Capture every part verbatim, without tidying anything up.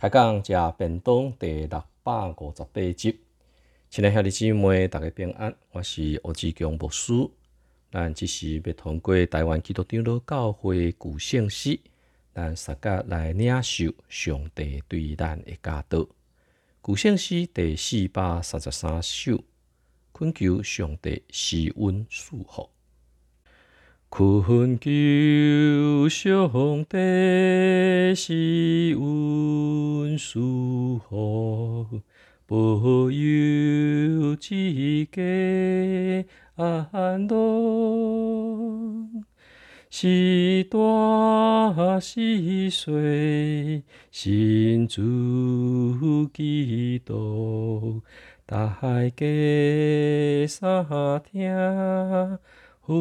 开讲食便当第六百五十八集，亲爱兄弟姊妹，大家平安，我是欧志强牧师。咱即时要通过台湾基督长老教会旧圣诗，咱三甲来领受上帝对咱的教导。旧圣诗第四百三十三首，恳求上帝施恩赐福。恳求上帝施恩赐福，保佑一家安乐。是大是小，信主基督，大家三听。有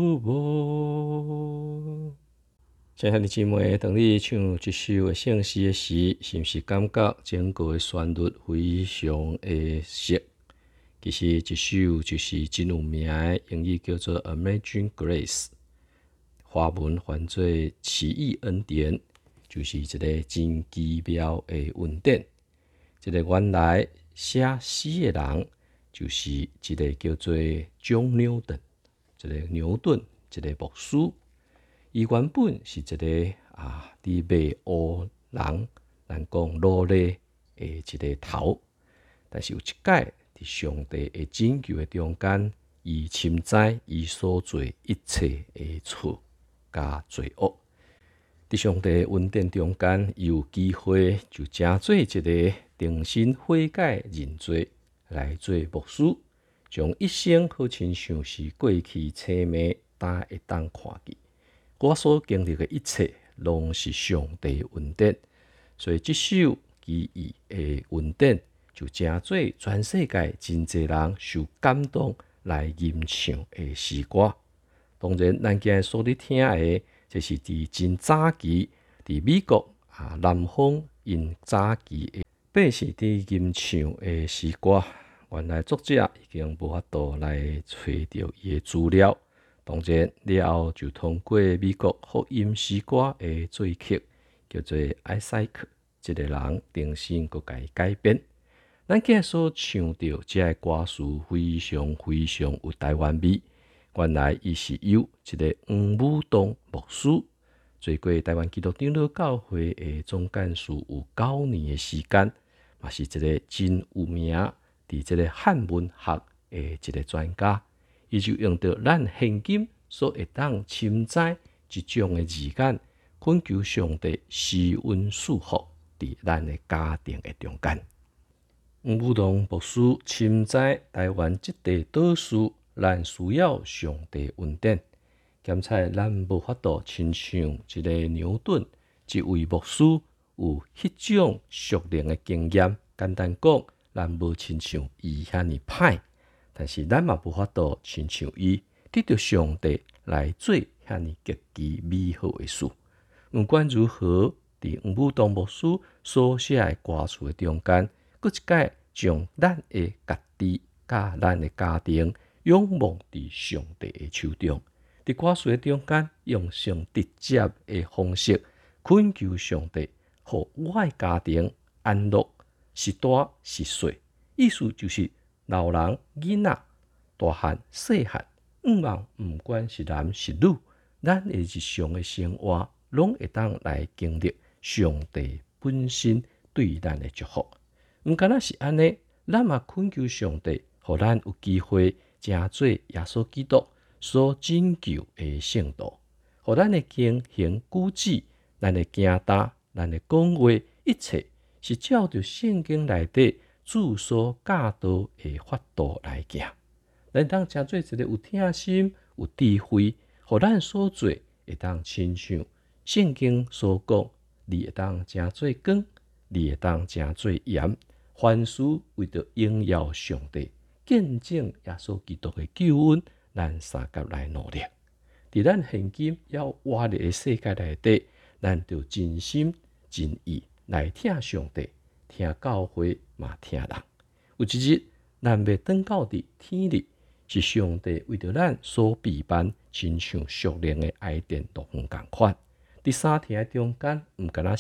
无？亲爱的姊妹，当你唱这首的圣诗的时，是毋是感觉整个的旋律非常的熟？其实这首就是真有名的英语叫做《Amazing Grace》，华文翻做“奇异恩典”，就是一个真奇妙的恩典。这个原来写诗的人，就是一个叫做John Newton。一个牛顿，一个牧师，伊原本是一个啊，伫卖乌人，咱讲奴隶的一个头，但是有一届伫上帝的拯救的中间，伊深知伊所做一切的错加罪恶。伫上帝的恩典中间，伊有机会就成做一个重新悔改认罪来做牧师。将一生好亲像是过去青梅，大会当看见。我所经历的一切，拢是上帝恩典。所以，这首奇异的恩典，就成做全世界真侪人受感动来吟唱的诗歌。当然，咱今日所咧听的，这是伫真早期，伫美国啊南方因早期的百姓伫吟唱的诗歌。原来作者已经无法度来找到伊的资料，当然了后就通过美国福音诗歌的作曲，叫做艾塞克，这个人重新佮改改编。咱今日所唱到这个歌词非常非常有台湾味。原来伊是由一个黄武东牧师做过台湾基督长老教会的总干事有九年的时间，嘛是一个真有名。伫即个汉文学的一个专家，伊就用到咱现今所会当深知一种的字眼，恳求上帝施恩赐福伫咱的家庭的中间。黄武东牧师深知台湾即地岛屿，咱需要上帝恩典，兼且咱无法度亲像一个牛顿，一位牧师有迄种属灵的经验。简单讲，咱无亲像伊遐尼歹，但是咱嘛无法度亲像伊，得到上帝来做遐尼极其美好的事。不管如何，伫黄武东牧师所写的歌词的中间，佫一届将咱的家己甲咱的家庭仰望伫上帝的手中。伫歌词的中间，用上直接的方式恳求上帝，互我的家庭安乐。是大是小，意思就是老人、囡仔、大汉、细汉，毋茫毋管是男是女，咱的日常的生活，拢会当来经历上帝本身对咱的祝福。毋敢若是安尼，咱嘛恳求上帝，互咱有机会成做耶稣基督所拯救的圣徒，互咱的言行举止、咱的行单、咱的讲话，一切。是照着圣经内底主所教导的法度来行，咱当成做一个有听心、有智慧，互咱所做会当亲像圣经所讲，你会当成做光，你会当成做盐，凡事为着荣耀上帝，见证耶稣基督的救恩，咱三甲来努力。伫咱现今要活的世界内底，咱就真心真意。来听上帝，听教会嘛听人。有一日，咱要转到伫天里，是上帝为着咱所备办，亲像属灵的爱电乐园共款。伫三天的中间，毋敢若是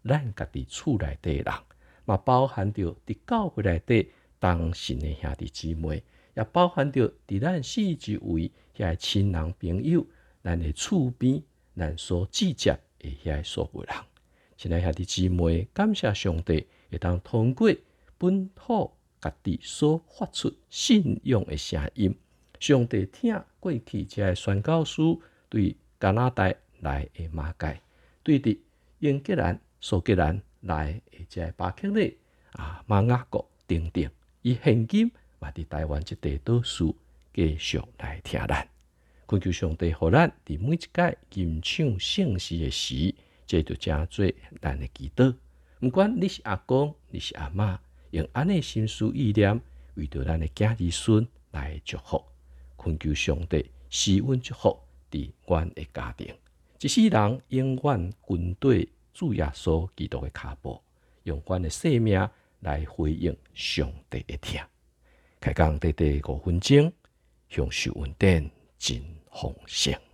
咱家己厝内底人，嘛包含着伫教会内底当信的兄弟姊妹，也包含着伫咱四周围遐亲人朋友，咱的厝边，咱所至接的遐所有人。亲爱兄弟姊妹，感谢上帝会当通过本土家己所发出信仰的声音，上帝听过去这个宣教师对加拿大来的马介，对伫英格兰、苏格兰来的这个巴克利啊、马雅各等等，伊现今嘛伫台湾这地岛屿继续来听咱。恳求上帝，互咱伫每一届吟唱圣诗的时，这就真做咱的祈祷。毋管你是阿公，你是阿嬷，用安尼心思意念，为着咱的子儿孙来祝福。恳求上帝施恩祝福伫阮的家庭，一世人永远军队主耶稣基督的脚步，用阮的生命来回应上帝的听。开讲短短五分钟，享受恩典真丰盛。